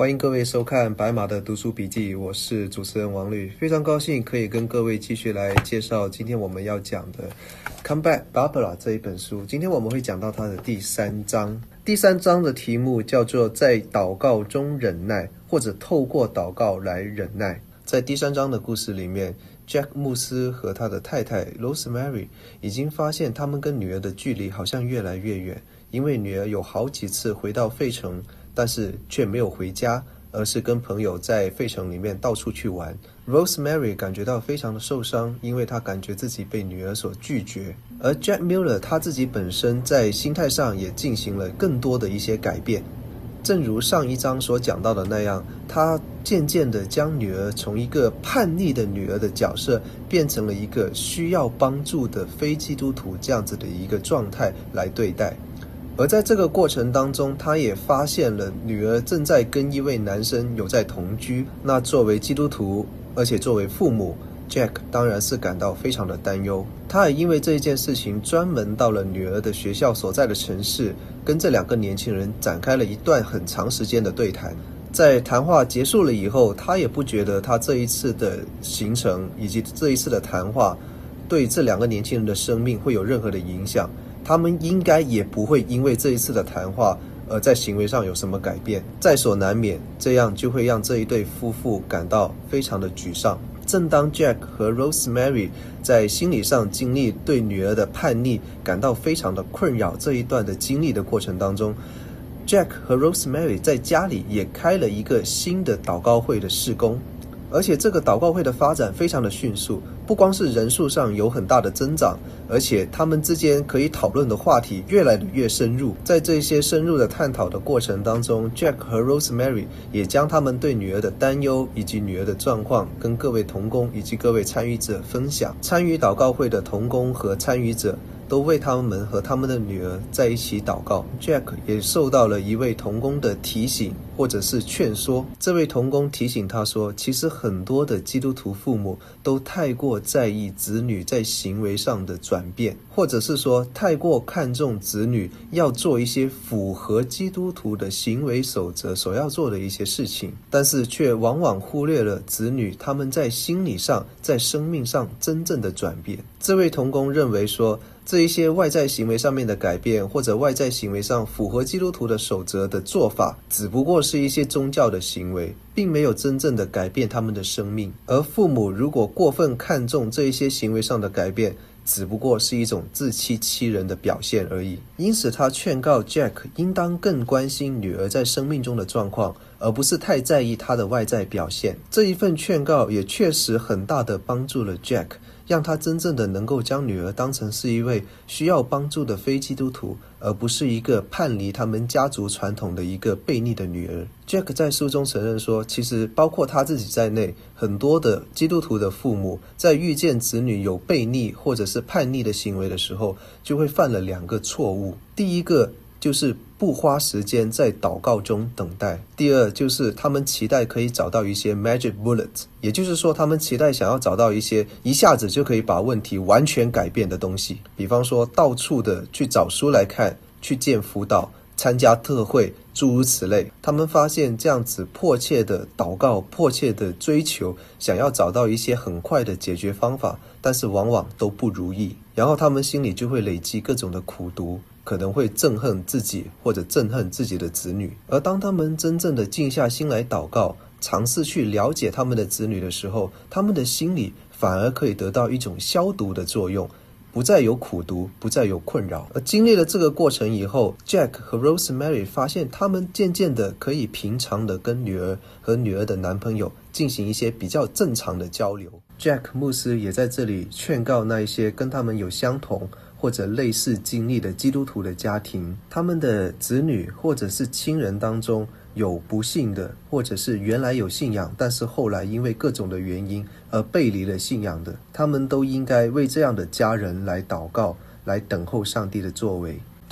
欢迎各位收看白马的读书笔记，我是主持人王律，非常高兴可以跟各位继续来介绍今天我们要讲的《Come Back Barbara》这一本书。今天我们会讲到它的第3章，第3章的题目叫做在祷告中忍耐，或者透过祷告来忍耐。在第3章的故事里面，Jack 牧师和他的太太 Rosemary 已经发现他们跟女儿的距离好像越来越远，因为女儿有好几次回到费城，但是却没有回家，而是跟朋友在费城里面到处去玩。 Rosemary 感觉到非常的受伤，因为她感觉自己被女儿所拒绝。而 Jack Miller 他自己本身在心态上也进行了更多的一些改变，正如上一章所讲到的那样，他渐渐地将女儿从一个叛逆的女儿的角色变成了一个需要帮助的非基督徒这样子的一个状态来对待。而在这个过程当中，他也发现了女儿正在跟一位男生有在同居。那作为基督徒，而且作为父母， Jack 当然是感到非常的担忧。他也因为这一件事情专门到了女儿的学校所在的城市，跟这2个年轻人展开了一段很长时间的对谈。在谈话结束了以后，他也不觉得他这一次的行程以及这一次的谈话对这2个年轻人的生命会有任何的影响，他们应该也不会因为这一次的谈话而在行为上有什么改变，在所难免，这样就会让这一对夫妇感到非常的沮丧。正当 Jack 和 Rosemary 在心理上经历对女儿的叛逆感到非常的困扰这一段的经历的过程当中， Jack 和 Rosemary 在家里也开了一个新的祷告会的事工，而且这个祷告会的发展非常的迅速，不光是人数上有很大的增长，而且他们之间可以讨论的话题越来越深入。在这些深入的探讨的过程当中， Jack 和 Rosemary 也将他们对女儿的担忧以及女儿的状况跟各位同工以及各位参与者分享。参与祷告会的同工和参与者都为他们和他们的女儿在一起祷告。 Jack 也受到了一位同工的提醒或者是劝说。这位同工提醒他说，其实很多的基督徒父母都太过在意子女在行为上的转变，或者是说太过看重子女要做一些符合基督徒的行为守则所要做的一些事情，但是却往往忽略了子女他们在心理上在生命上真正的转变。这位同工认为说，这一些外在行为上面的改变，或者外在行为上符合基督徒的守则的做法，只不过是一些宗教的行为，并没有真正的改变他们的生命。而父母如果过分看重这一些行为上的改变，只不过是一种自欺欺人的表现而已。因此他劝告 Jack 应当更关心女儿在生命中的状况，而不是太在意她的外在表现。这一份劝告也确实很大的帮助了 Jack，让他真正的能够将女儿当成是一位需要帮助的非基督徒，而不是一个叛离他们家族传统的一个悖逆的女儿。 Jack 在书中承认说，其实包括他自己在内，很多的基督徒的父母在遇见子女有悖逆或者是叛逆的行为的时候，就会犯了2个错误。第一个就是不花时间在祷告中等待，第二就是他们期待可以找到一些 magic bullet， 也就是说他们期待想要找到一些一下子就可以把问题完全改变的东西，比方说到处的去找书来看，去见辅导，参加特会，诸如此类。他们发现这样子迫切的祷告，迫切的追求，想要找到一些很快的解决方法，但是往往都不如意，然后他们心里就会累积各种的苦毒，可能会憎恨自己或者憎恨自己的子女。而当他们真正的静下心来祷告，尝试去了解他们的子女的时候，他们的心里反而可以得到一种消毒的作用，不再有苦毒，不再有困扰。而经历了这个过程以后， Jack 和 Rosemary 发现他们渐渐的可以平常的跟女儿和女儿的男朋友进行一些比较正常的交流。 Jack 牧师也在这里劝告那一些跟他们有相同或者类似经历的基督徒的家庭，他们的子女或者是亲人当中有不幸的，或者是原来有信仰但是后来因为各种的原因而背离了信仰的，他们都应该为这样的家人来祷告，来等候上帝的作为。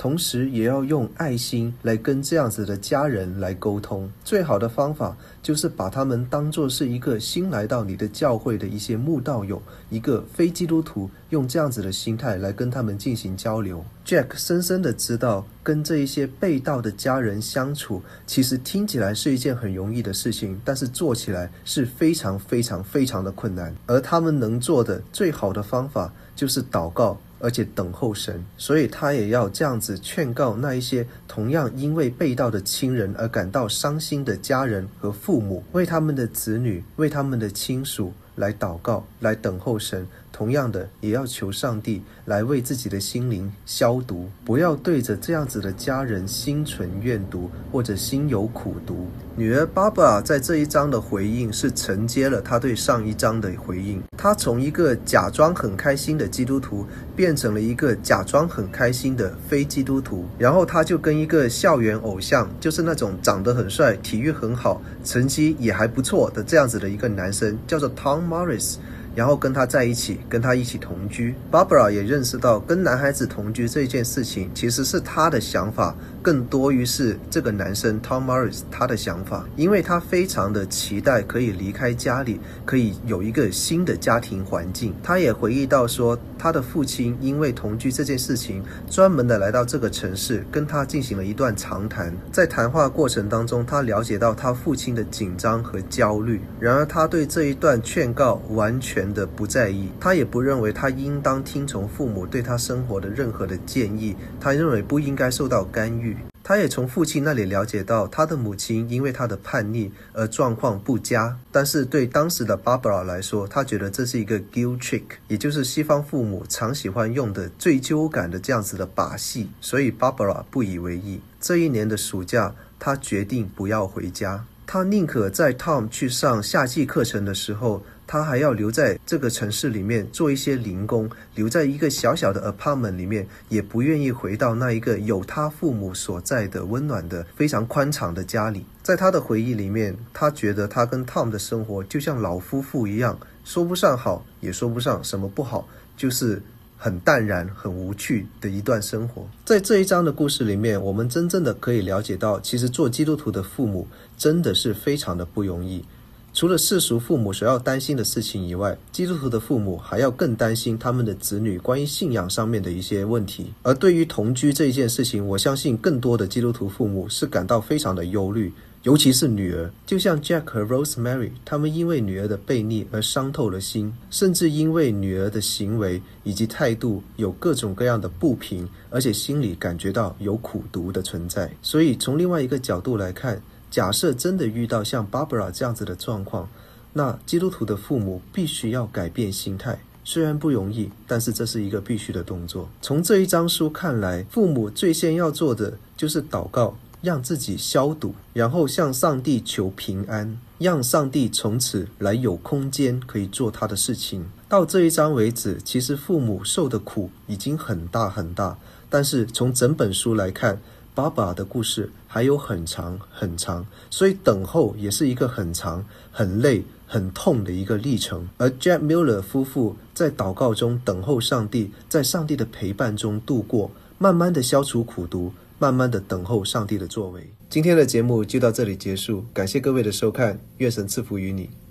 同时也要用爱心来跟这样子的家人来沟通。最好的方法就是把他们当作是一个新来到你的教会的一些慕道友，一个非基督徒，用这样子的心态来跟他们进行交流。 Jack 深深的知道跟这一些被盗的家人相处，其实听起来是一件很容易的事情，但是做起来是非常非常非常的困难。而他们能做的最好的方法就是祷告，而且等候神。所以他也要这样子劝告那一些同样因为被盗的亲人而感到伤心的家人和父母，为他们的子女，为他们的亲属来祷告，来等候神。同样的，也要求上帝来为自己的心灵消毒，不要对着这样子的家人心存怨毒，或者心有苦毒。女儿 Barbara 在这一章的回应是承接了她对上一章的回应，她从一个假装很开心的基督徒变成了一个假装很开心的非基督徒，然后她就跟一个校园偶像，就是那种长得很帅、体育很好、成绩也还不错的这样子的一个男生，叫做 Tom Morris，然后跟他在一起，跟他一起同居。 Barbara 也认识到跟男孩子同居这件事情其实是他的想法，更多于是这个男生 Tom Morris 他的想法，因为他非常的期待可以离开家里，可以有一个新的家庭环境。他也回忆到说，他的父亲因为同居这件事情专门的来到这个城市，跟他进行了一段长谈。在谈话过程当中，他了解到他父亲的紧张和焦虑，然而他对这一段劝告完全的不在意，他也不认为他应当听从父母对他生活的任何的建议，他认为不应该受到干预。他也从父亲那里了解到，他的母亲因为他的叛逆而状况不佳，但是对当时的 Barbara 来说，他觉得这是一个 guilt trick， 也就是西方父母常喜欢用的罪疚感的这样子的把戏，所以 Barbara 不以为意。这一年的暑假，他决定不要回家，他宁可在 Tom 去上夏季课程的时候，他还要留在这个城市里面做一些零工，留在一个小小的 apartment 里面，也不愿意回到那一个有他父母所在的温暖的非常宽敞的家里。在他的回忆里面，他觉得他跟 Tom 的生活就像老夫妇一样，说不上好，也说不上什么不好，就是很淡然很无趣的一段生活。在这一章的故事里面，我们真正的可以了解到，其实做基督徒的父母真的是非常的不容易。除了世俗父母所要担心的事情以外，基督徒的父母还要更担心他们的子女关于信仰上面的一些问题。而对于同居这一件事情，我相信更多的基督徒父母是感到非常的忧虑，尤其是女儿。就像 Jack 和 Rosemary， 他们因为女儿的悖逆而伤透了心，甚至因为女儿的行为以及态度有各种各样的不平，而且心里感觉到有苦毒的存在。所以从另外一个角度来看，假设真的遇到像 Barbara 这样子的状况，那基督徒的父母必须要改变心态。虽然不容易，但是这是一个必须的动作。从这一章书看来，父母最先要做的就是祷告，让自己消毒，然后向上帝求平安，让上帝从此来有空间可以做他的事情。到这一章为止，其实父母受的苦已经很大很大，但是从整本书来看，爸爸的故事还有很长很长，所以等候也是一个很长、很累、很痛的一个历程。而 Jack Miller 夫妇在祷告中等候上帝，在上帝的陪伴中度过，慢慢的消除苦毒，慢慢的等候上帝的作为。今天的节目就到这里结束，感谢各位的收看，愿神赐福于你。